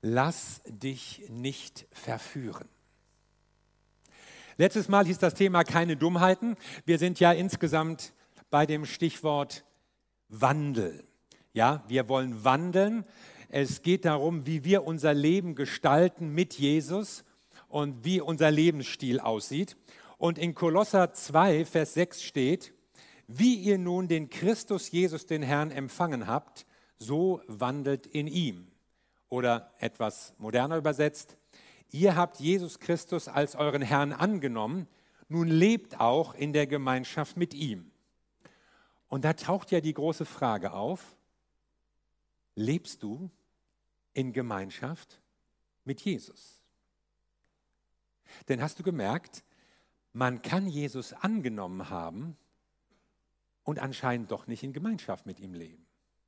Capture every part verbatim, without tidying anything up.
Lass dich nicht verführen. Letztes Mal hieß das Thema keine Dummheiten. Wir sind ja insgesamt bei dem Stichwort Wandel. Ja, wir wollen wandeln. Es geht darum, wie wir unser Leben gestalten mit Jesus und wie unser Lebensstil aussieht. Und in Kolosser zwei, Vers sechs steht: Wie ihr nun den Christus Jesus, den Herrn, empfangen habt, so wandelt in ihm. Oder etwas moderner übersetzt: Ihr habt Jesus Christus als euren Herrn angenommen, nun lebt auch in der Gemeinschaft mit ihm. Und da taucht ja die große Frage auf: Lebst du in Gemeinschaft mit Jesus? Denn hast du gemerkt, man kann Jesus angenommen haben und anscheinend doch nicht in Gemeinschaft mit ihm leben.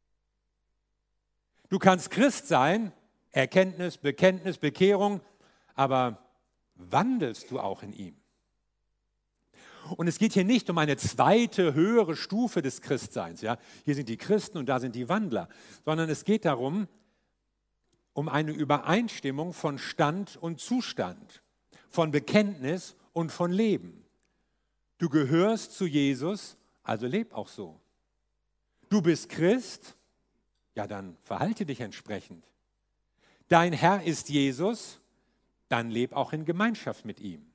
Du kannst Christ sein, Erkenntnis, Bekenntnis, Bekehrung, aber wandelst du auch in ihm? Und es geht hier nicht um eine zweite, höhere Stufe des Christseins. Ja? Hier sind die Christen und da sind die Wandler. Sondern es geht darum, um eine Übereinstimmung von Stand und Zustand, von Bekenntnis und von Leben. Du gehörst zu Jesus, also leb auch so. Du bist Christ, ja, dann verhalte dich entsprechend. Dein Herr ist Jesus, dann leb auch in Gemeinschaft mit ihm.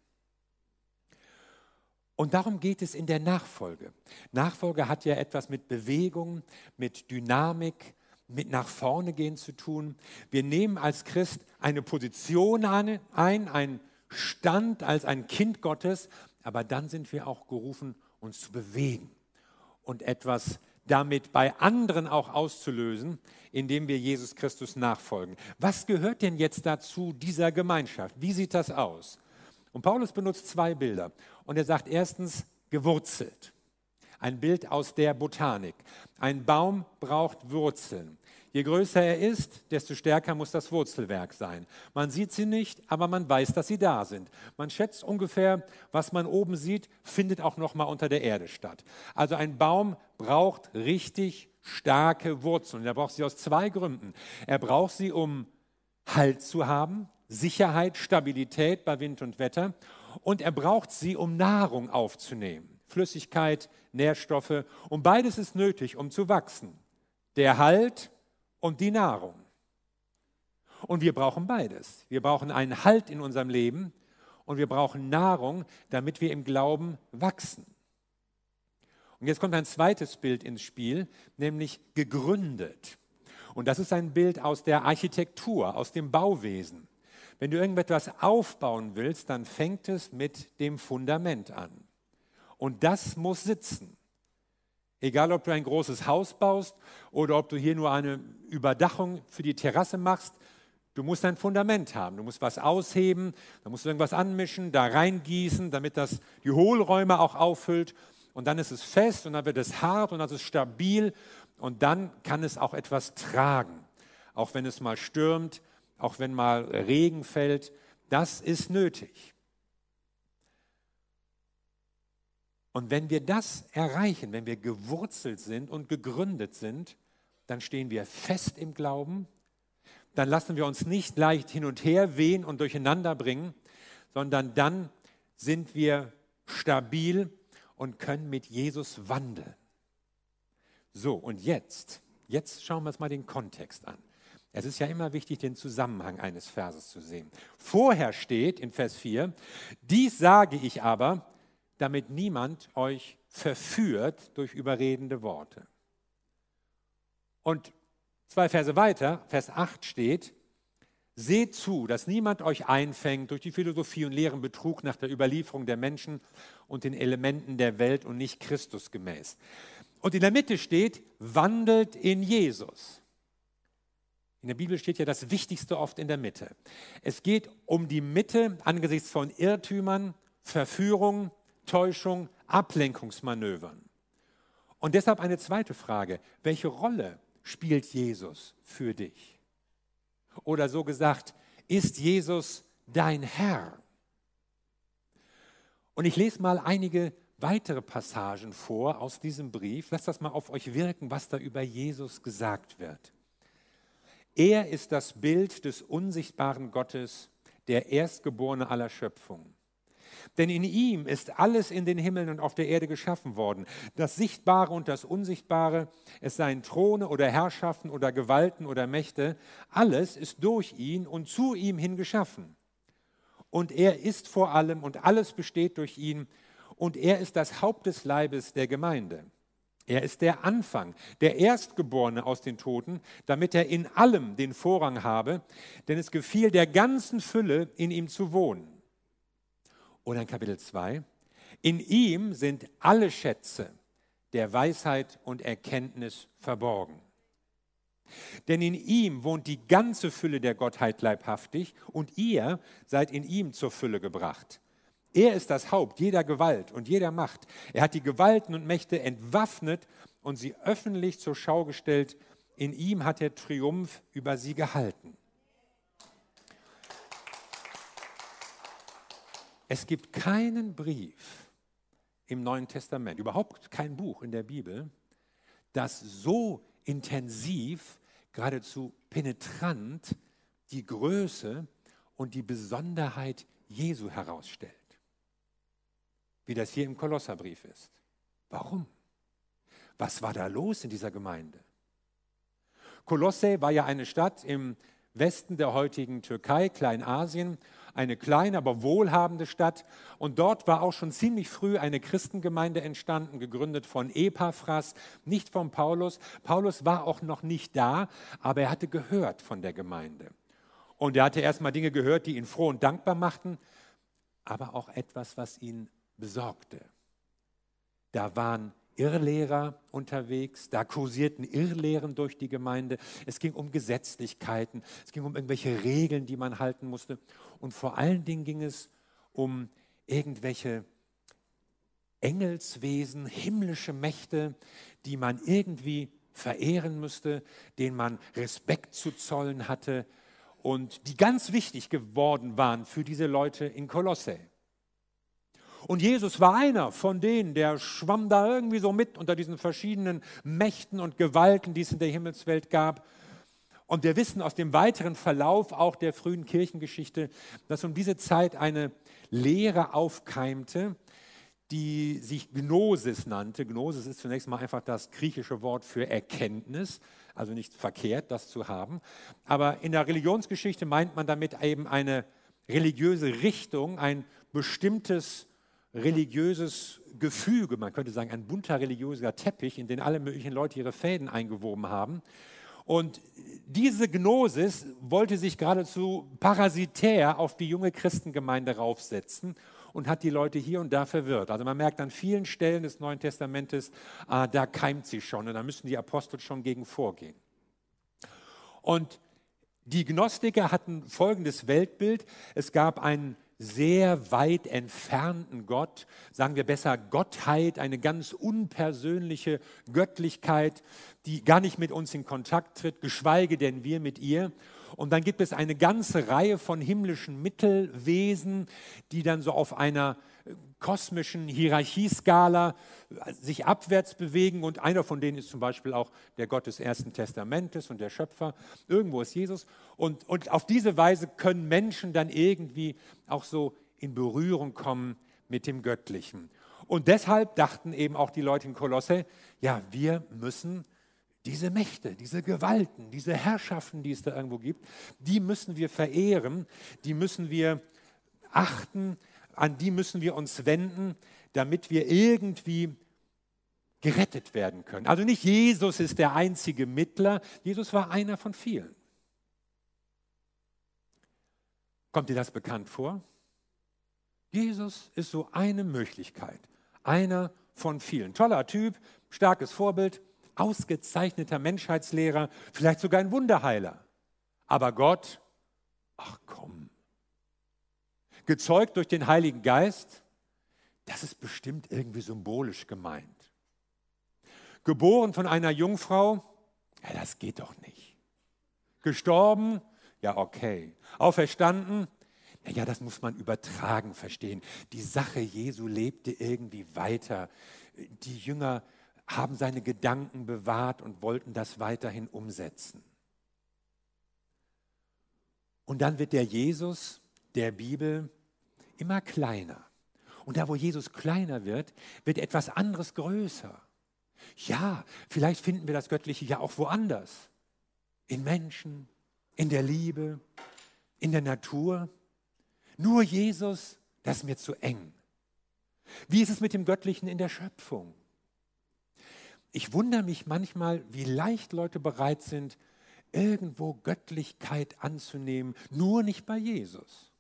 Und darum geht es in der Nachfolge. Nachfolge hat ja etwas mit Bewegung, mit Dynamik, mit nach vorne gehen zu tun. Wir nehmen als Christ eine Position ein, einen Stand als ein Kind Gottes, aber dann sind wir auch gerufen, uns zu bewegen und etwas damit bei anderen auch auszulösen, indem wir Jesus Christus nachfolgen. Was gehört denn jetzt dazu dieser Gemeinschaft? Wie sieht das aus? Und Paulus benutzt zwei Bilder. Und er sagt erstens gewurzelt. Ein Bild aus der Botanik. Ein Baum braucht Wurzeln. Je größer er ist, desto stärker muss das Wurzelwerk sein. Man sieht sie nicht, aber man weiß, dass sie da sind. Man schätzt ungefähr, was man oben sieht, findet auch noch mal unter der Erde statt. Also ein Baum braucht richtig starke Wurzeln. Er braucht sie aus zwei Gründen. Er braucht sie, um Halt zu haben, Sicherheit, Stabilität bei Wind und Wetter. Und er braucht sie, um Nahrung aufzunehmen. Flüssigkeit, Nährstoffe. Und beides ist nötig, um zu wachsen. Der Halt und die Nahrung. Und wir brauchen beides. Wir brauchen einen Halt in unserem Leben und wir brauchen Nahrung, damit wir im Glauben wachsen. Und jetzt kommt ein zweites Bild ins Spiel, nämlich gegründet. Und das ist ein Bild aus der Architektur, aus dem Bauwesen. Wenn du irgendetwas aufbauen willst, dann fängt es mit dem Fundament an. Und das muss sitzen. Egal, ob du ein großes Haus baust oder ob du hier nur eine Überdachung für die Terrasse machst, du musst ein Fundament haben. Du musst was ausheben, da musst du irgendwas anmischen, da reingießen, damit das die Hohlräume auch auffüllt. Und dann ist es fest und dann wird es hart und dann ist es stabil und dann kann es auch etwas tragen. Auch wenn es mal stürmt, auch wenn mal Regen fällt, das ist nötig. Und wenn wir das erreichen, wenn wir gewurzelt sind und gegründet sind, dann stehen wir fest im Glauben, dann lassen wir uns nicht leicht hin und her wehen und durcheinander bringen, sondern dann sind wir stabil und können mit Jesus wandeln. So, und jetzt, jetzt schauen wir uns mal den Kontext an. Es ist ja immer wichtig, den Zusammenhang eines Verses zu sehen. Vorher steht in Vers vier, dies sage ich aber, damit niemand euch verführt durch überredende Worte. Und zwei Verse weiter, Vers acht steht, seht zu, dass niemand euch einfängt durch die Philosophie und leeren Betrug nach der Überlieferung der Menschen und den Elementen der Welt und nicht Christus gemäß. Und in der Mitte steht, wandelt in Jesus. In der Bibel steht ja das Wichtigste oft in der Mitte. Es geht um die Mitte angesichts von Irrtümern, Verführung, Täuschung, Ablenkungsmanövern. Und deshalb eine zweite Frage. Welche Rolle spielt Jesus für dich? Oder so gesagt, ist Jesus dein Herr? Und ich lese mal einige weitere Passagen vor aus diesem Brief. Lasst das mal auf euch wirken, was da über Jesus gesagt wird. Er ist das Bild des unsichtbaren Gottes, der Erstgeborene aller Schöpfung. Denn in ihm ist alles in den Himmeln und auf der Erde geschaffen worden. Das Sichtbare und das Unsichtbare, es seien Throne oder Herrschaften oder Gewalten oder Mächte, alles ist durch ihn und zu ihm hin geschaffen. Und er ist vor allem und alles besteht durch ihn und er ist das Haupt des Leibes der Gemeinde. Er ist der Anfang, der Erstgeborene aus den Toten, damit er in allem den Vorrang habe, denn es gefiel der ganzen Fülle, in ihm zu wohnen. Oder in Kapitel zwei, in ihm sind alle Schätze der Weisheit und Erkenntnis verborgen. Denn in ihm wohnt die ganze Fülle der Gottheit leibhaftig und ihr seid in ihm zur Fülle gebracht. Er ist das Haupt jeder Gewalt und jeder Macht. Er hat die Gewalten und Mächte entwaffnet und sie öffentlich zur Schau gestellt. In ihm hat er Triumph über sie gehalten. Es gibt keinen Brief im Neuen Testament, überhaupt kein Buch in der Bibel, das so intensiv, geradezu penetrant die Größe und die Besonderheit Jesu herausstellt, wie das hier im Kolosserbrief ist. Warum? Was war da los in dieser Gemeinde? Kolosse war ja eine Stadt im Westen der heutigen Türkei, Kleinasien, eine kleine, aber wohlhabende Stadt. Und dort war auch schon ziemlich früh eine Christengemeinde entstanden, gegründet von Epaphras, nicht von Paulus. Paulus war auch noch nicht da, aber er hatte gehört von der Gemeinde. Und er hatte erstmal Dinge gehört, die ihn froh und dankbar machten, aber auch etwas, was ihn besorgte. Da waren Irrlehrer unterwegs, da kursierten Irrlehren durch die Gemeinde. Es ging um Gesetzlichkeiten, es ging um irgendwelche Regeln, die man halten musste. Und vor allen Dingen ging es um irgendwelche Engelswesen, himmlische Mächte, die man irgendwie verehren müsste, denen man Respekt zu zollen hatte und die ganz wichtig geworden waren für diese Leute in Kolosse. Und Jesus war einer von denen, der schwamm da irgendwie so mit unter diesen verschiedenen Mächten und Gewalten, die es in der Himmelswelt gab. Und wir wissen aus dem weiteren Verlauf auch der frühen Kirchengeschichte, dass um diese Zeit eine Lehre aufkeimte, die sich Gnosis nannte. Gnosis ist zunächst mal einfach das griechische Wort für Erkenntnis, also nicht verkehrt, das zu haben. Aber in der Religionsgeschichte meint man damit eben eine religiöse Richtung, ein bestimmtes religiöses Gefüge, man könnte sagen ein bunter religiöser Teppich, in den alle möglichen Leute ihre Fäden eingewoben haben. Und diese Gnosis wollte sich geradezu parasitär auf die junge Christengemeinde raufsetzen und hat die Leute hier und da verwirrt. Also man merkt an vielen Stellen des Neuen Testamentes, ah, da keimt sie schon und da müssen die Apostel schon gegen vorgehen. Und die Gnostiker hatten folgendes Weltbild: Es gab einen sehr weit entfernten Gott, sagen wir besser Gottheit, eine ganz unpersönliche Göttlichkeit, die gar nicht mit uns in Kontakt tritt, geschweige denn wir mit ihr. Und dann gibt es eine ganze Reihe von himmlischen Mittelwesen, die dann so auf einer kosmischen Hierarchieskala sich abwärts bewegen, und einer von denen ist zum Beispiel auch der Gott des Ersten Testamentes und der Schöpfer. Irgendwo ist Jesus. Und, und auf diese Weise können Menschen dann irgendwie auch so in Berührung kommen mit dem Göttlichen. Und deshalb dachten eben auch die Leute in Kolosse, ja, wir müssen diese Mächte, diese Gewalten, diese Herrschaften, die es da irgendwo gibt, die müssen wir verehren, die müssen wir achten, an die müssen wir uns wenden, damit wir irgendwie gerettet werden können. Also nicht Jesus ist der einzige Mittler, Jesus war einer von vielen. Kommt dir das bekannt vor? Jesus ist so eine Möglichkeit, einer von vielen. Toller Typ, starkes Vorbild, ausgezeichneter Menschheitslehrer, vielleicht sogar ein Wunderheiler. Aber Gott, ach komm, gezeugt durch den Heiligen Geist, das ist bestimmt irgendwie symbolisch gemeint. Geboren von einer Jungfrau, ja, das geht doch nicht. Gestorben, ja okay. Auferstanden, naja, das muss man übertragen verstehen. Die Sache Jesu lebte irgendwie weiter. Die Jünger haben seine Gedanken bewahrt und wollten das weiterhin umsetzen. Und dann wird der Jesus der Bibel immer kleiner. Und da, wo Jesus kleiner wird, wird etwas anderes größer. Ja, vielleicht finden wir das Göttliche ja auch woanders. In Menschen, in der Liebe, in der Natur. Nur Jesus, das ist mir zu eng. Wie ist es mit dem Göttlichen in der Schöpfung? Ich wundere mich manchmal, wie leicht Leute bereit sind, irgendwo Göttlichkeit anzunehmen, nur nicht bei Jesus.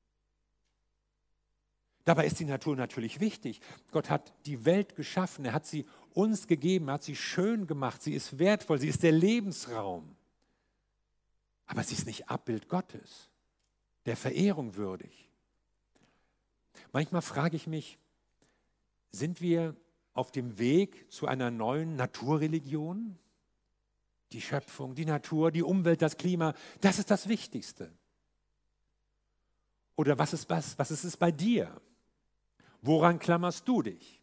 Dabei ist die Natur natürlich wichtig. Gott hat die Welt geschaffen, er hat sie uns gegeben, er hat sie schön gemacht, sie ist wertvoll, sie ist der Lebensraum. Aber sie ist nicht Abbild Gottes, der Verehrung würdig. Manchmal frage ich mich, sind wir auf dem Weg zu einer neuen Naturreligion? Die Schöpfung, die Natur, die Umwelt, das Klima, das ist das Wichtigste. Oder was ist was? Was ist es bei dir? Woran klammerst du dich?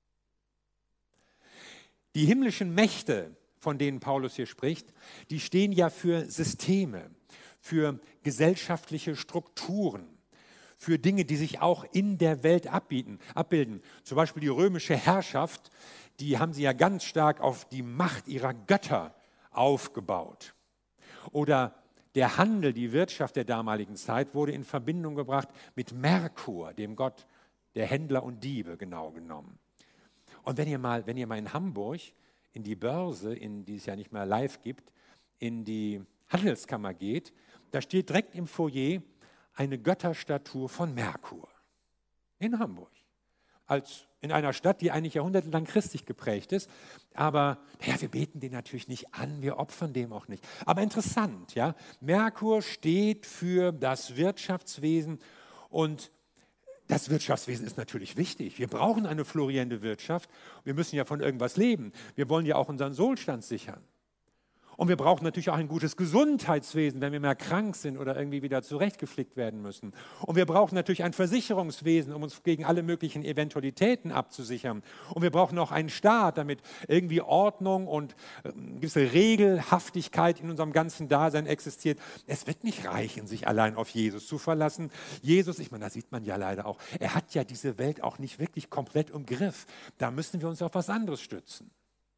Die himmlischen Mächte, von denen Paulus hier spricht, die stehen ja für Systeme, für gesellschaftliche Strukturen, für Dinge, die sich auch in der Welt abbieten, abbilden. Zum Beispiel die römische Herrschaft, die haben sie ja ganz stark auf die Macht ihrer Götter aufgebaut. Oder der Handel, die Wirtschaft der damaligen Zeit wurde in Verbindung gebracht mit Merkur, dem Gott der Händler und Diebe, genau genommen. Und wenn ihr mal, wenn ihr mal in Hamburg in die Börse, in die es ja nicht mehr live gibt, in die Handelskammer geht, da steht direkt im Foyer eine Götterstatue von Merkur in Hamburg. Als in einer Stadt, die eigentlich jahrhundertelang christlich geprägt ist. Aber naja, wir beten den natürlich nicht an, wir opfern dem auch nicht. Aber interessant, ja, Merkur steht für das Wirtschaftswesen und das Wirtschaftswesen ist natürlich wichtig. Wir brauchen eine florierende Wirtschaft. Wir müssen ja von irgendwas leben. Wir wollen ja auch unseren Wohlstand sichern. Und wir brauchen natürlich auch ein gutes Gesundheitswesen, wenn wir mehr krank sind oder irgendwie wieder zurechtgeflickt werden müssen. Und wir brauchen natürlich ein Versicherungswesen, um uns gegen alle möglichen Eventualitäten abzusichern. Und wir brauchen auch einen Staat, damit irgendwie Ordnung und äh, gewisse Regelhaftigkeit in unserem ganzen Dasein existiert. Es wird nicht reichen, sich allein auf Jesus zu verlassen. Jesus, ich meine, das sieht man ja leider auch, er hat ja diese Welt auch nicht wirklich komplett im Griff. Da müssen wir uns auf was anderes stützen.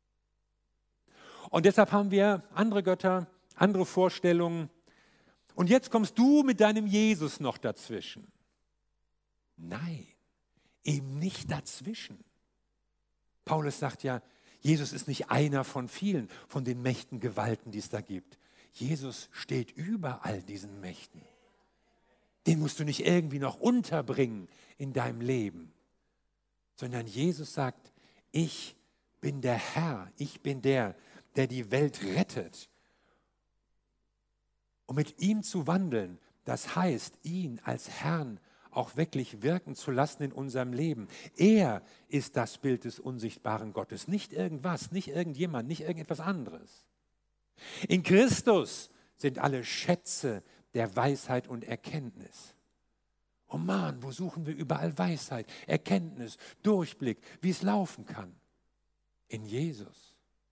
Und deshalb haben wir andere Götter, andere Vorstellungen. Und jetzt kommst du mit deinem Jesus noch dazwischen. Nein, eben nicht dazwischen. Paulus sagt ja, Jesus ist nicht einer von vielen, von den Mächten, Gewalten, die es da gibt. Jesus steht über all diesen Mächten. Den musst du nicht irgendwie noch unterbringen in deinem Leben, sondern Jesus sagt, ich bin der Herr, ich bin der, der die Welt rettet. Und mit ihm zu wandeln, das heißt, ihn als Herrn auch wirklich wirken zu lassen in unserem Leben. Er ist das Bild des unsichtbaren Gottes, nicht irgendwas, nicht irgendjemand, nicht irgendetwas anderes. In Christus sind alle Schätze der Weisheit und Erkenntnis. Oh Mann, wo suchen wir überall Weisheit, Erkenntnis, Durchblick, wie es laufen kann? In Jesus.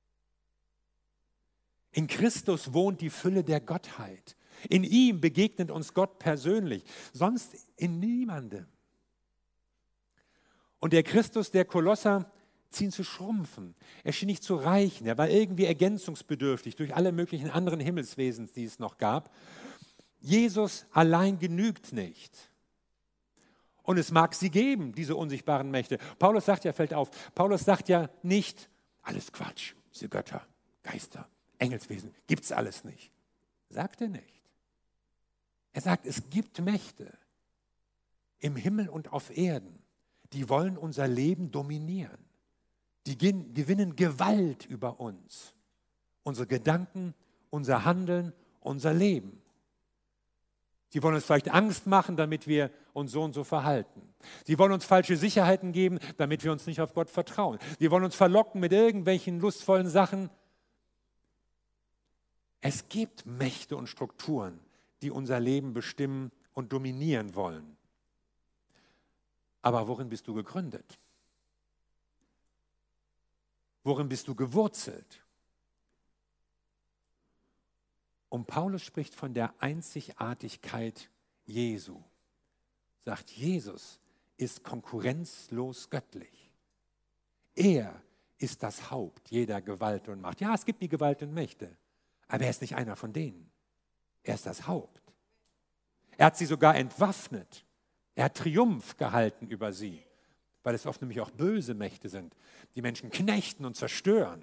In Christus wohnt die Fülle der Gottheit. In ihm begegnet uns Gott persönlich, sonst in niemandem. Und der Christus der Kolosser schien zu schrumpfen. Er schien nicht zu reichen. Er war irgendwie ergänzungsbedürftig durch alle möglichen anderen Himmelswesen, die es noch gab. Jesus allein genügt nicht. Und es mag sie geben, diese unsichtbaren Mächte. Paulus sagt ja, fällt auf, Paulus sagt ja nicht, alles Quatsch, diese Götter, Geister, Engelswesen, gibt es alles nicht. Sagt er nicht. Er sagt, es gibt Mächte im Himmel und auf Erden, die wollen unser Leben dominieren. Die gewinnen Gewalt über uns, unsere Gedanken, unser Handeln, unser Leben. Sie wollen uns vielleicht Angst machen, damit wir uns so und so verhalten. Sie wollen uns falsche Sicherheiten geben, damit wir uns nicht auf Gott vertrauen. Sie wollen uns verlocken mit irgendwelchen lustvollen Sachen. Es gibt Mächte und Strukturen, die unser Leben bestimmen und dominieren wollen. Aber worin bist du gegründet? Worin bist du gewurzelt? Und Paulus spricht von der Einzigartigkeit Jesu. Sagt, Jesus ist konkurrenzlos göttlich. Er ist das Haupt jeder Gewalt und Macht. Ja, es gibt die Gewalt und Mächte, aber er ist nicht einer von denen. Er ist das Haupt. Er hat sie sogar entwaffnet. Er hat Triumph gehalten über sie, weil es oft nämlich auch böse Mächte sind, die Menschen knechten und zerstören.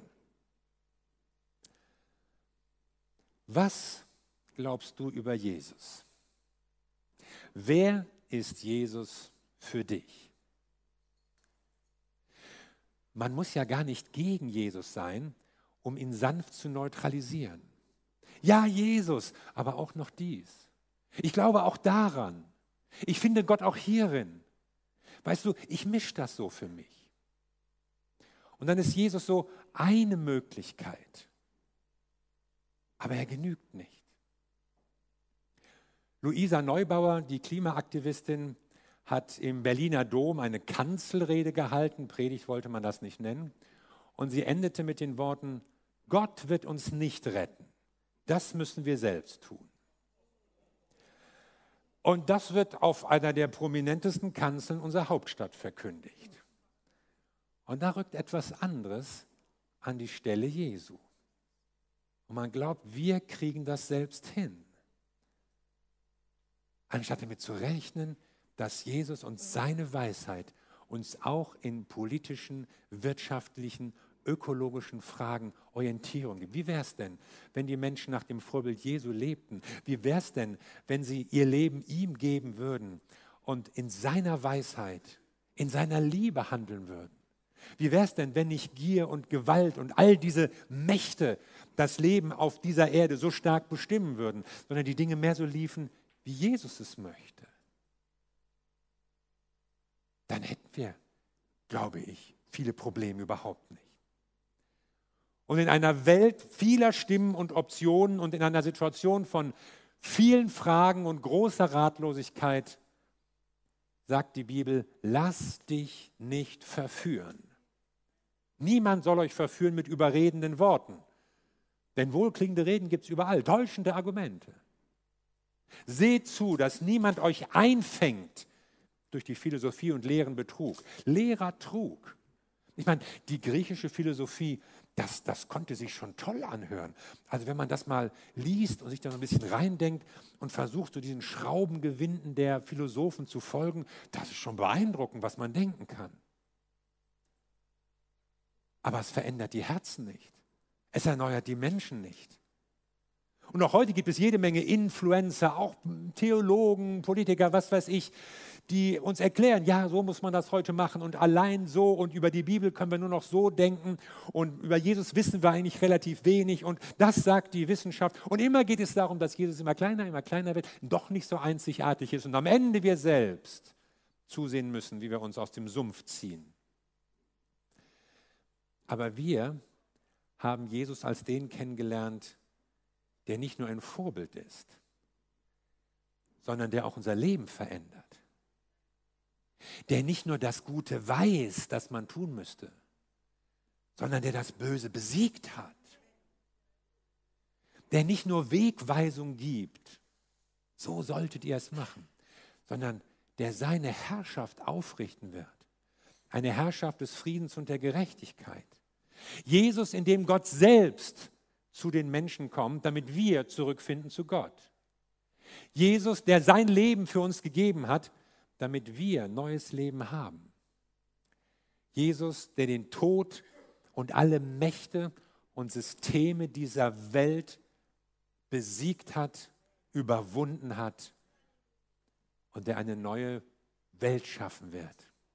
Was glaubst du über Jesus? Wer ist Jesus für dich? Man muss ja gar nicht gegen Jesus sein, um ihn sanft zu neutralisieren. Ja, Jesus, aber auch noch dies. Ich glaube auch daran. Ich finde Gott auch hierin. Weißt du, ich mische das so für mich. Und dann ist Jesus so eine Möglichkeit. Aber er genügt nicht. Luisa Neubauer, die Klimaaktivistin, hat im Berliner Dom eine Kanzelrede gehalten, Predigt wollte man das nicht nennen, und sie endete mit den Worten, Gott wird uns nicht retten, das müssen wir selbst tun. Und das wird auf einer der prominentesten Kanzeln unserer Hauptstadt verkündigt. Und da rückt etwas anderes an die Stelle Jesu. Und man glaubt, wir kriegen das selbst hin. Anstatt damit zu rechnen, dass Jesus und seine Weisheit uns auch in politischen, wirtschaftlichen, ökologischen Fragen Orientierung gibt. Wie wäre es denn, wenn die Menschen nach dem Vorbild Jesu lebten? Wie wäre es denn, wenn sie ihr Leben ihm geben würden und in seiner Weisheit, in seiner Liebe handeln würden? Wie wäre es denn, wenn nicht Gier und Gewalt und all diese Mächte das Leben auf dieser Erde so stark bestimmen würden, sondern die Dinge mehr so liefen, wie Jesus es möchte? Dann hätten wir, glaube ich, viele Probleme überhaupt nicht. Und in einer Welt vieler Stimmen und Optionen und in einer Situation von vielen Fragen und großer Ratlosigkeit sagt die Bibel, lass dich nicht verführen. Niemand soll euch verführen mit überredenden Worten. Denn wohlklingende Reden gibt es überall, täuschende Argumente. Seht zu, dass niemand euch einfängt durch die Philosophie und leeren Betrug. Leerer Trug. Ich meine, die griechische Philosophie, das, das konnte sich schon toll anhören. Also wenn man das mal liest und sich da so ein bisschen reindenkt und versucht, so diesen Schraubengewinden der Philosophen zu folgen, das ist schon beeindruckend, was man denken kann. Aber es verändert die Herzen nicht. Es erneuert die Menschen nicht. Und auch heute gibt es jede Menge Influencer, auch Theologen, Politiker, was weiß ich, die uns erklären, ja, so muss man das heute machen und allein so und über die Bibel können wir nur noch so denken und über Jesus wissen wir eigentlich relativ wenig und das sagt die Wissenschaft. Und immer geht es darum, dass Jesus immer kleiner, immer kleiner wird, doch nicht so einzigartig ist und am Ende wir selbst zusehen müssen, wie wir uns aus dem Sumpf ziehen. Aber wir haben Jesus als den kennengelernt, der nicht nur ein Vorbild ist, sondern der auch unser Leben verändert. Der nicht nur das Gute weiß, das man tun müsste, sondern der das Böse besiegt hat. Der nicht nur Wegweisung gibt, so solltet ihr es machen, sondern der seine Herrschaft aufrichten wird. Eine Herrschaft des Friedens und der Gerechtigkeit. Jesus, in dem Gott selbst zu den Menschen kommt, damit wir zurückfinden zu Gott. Jesus, der sein Leben für uns gegeben hat, damit wir neues Leben haben. Jesus, der den Tod und alle Mächte und Systeme dieser Welt besiegt hat, überwunden hat und der eine neue Welt schaffen wird.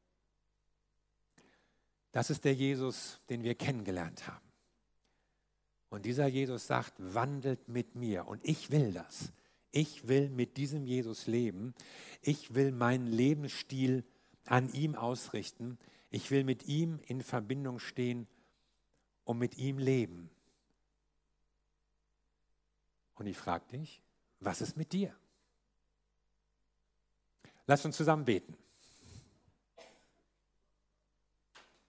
Das ist der Jesus, den wir kennengelernt haben. Und dieser Jesus sagt, wandelt mit mir. Und ich will das. Ich will mit diesem Jesus leben. Ich will meinen Lebensstil an ihm ausrichten. Ich will mit ihm in Verbindung stehen und mit ihm leben. Und ich frage dich, was ist mit dir? Lass uns zusammen beten.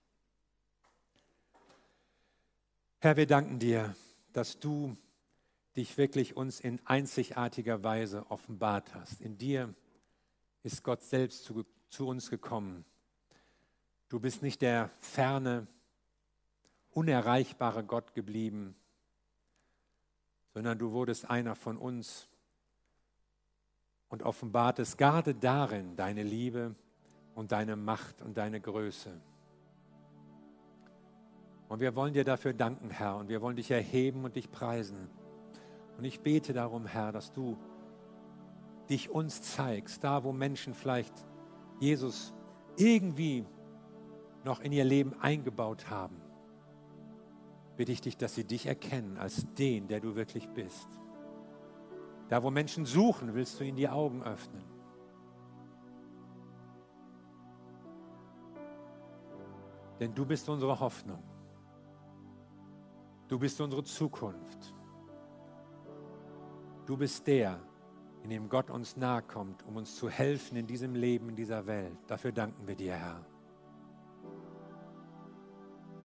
Herr, wir danken dir, dass du dich wirklich uns in einzigartiger Weise offenbart hast. In dir ist Gott selbst zu, zu uns gekommen. Du bist nicht der ferne, unerreichbare Gott geblieben, sondern du wurdest einer von uns und offenbartest gerade darin deine Liebe und deine Macht und deine Größe. Und wir wollen dir dafür danken, Herr, und wir wollen dich erheben und dich preisen. Und ich bete darum, Herr, dass du dich uns zeigst, da wo Menschen vielleicht Jesus irgendwie noch in ihr Leben eingebaut haben. Bitte ich dich, dass sie dich erkennen als den, der du wirklich bist. Da wo Menschen suchen, willst du ihnen die Augen öffnen. Denn du bist unsere Hoffnung. Du bist unsere Zukunft. Du bist der, in dem Gott uns nahe kommt, um uns zu helfen in diesem Leben, in dieser Welt. Dafür danken wir dir, Herr.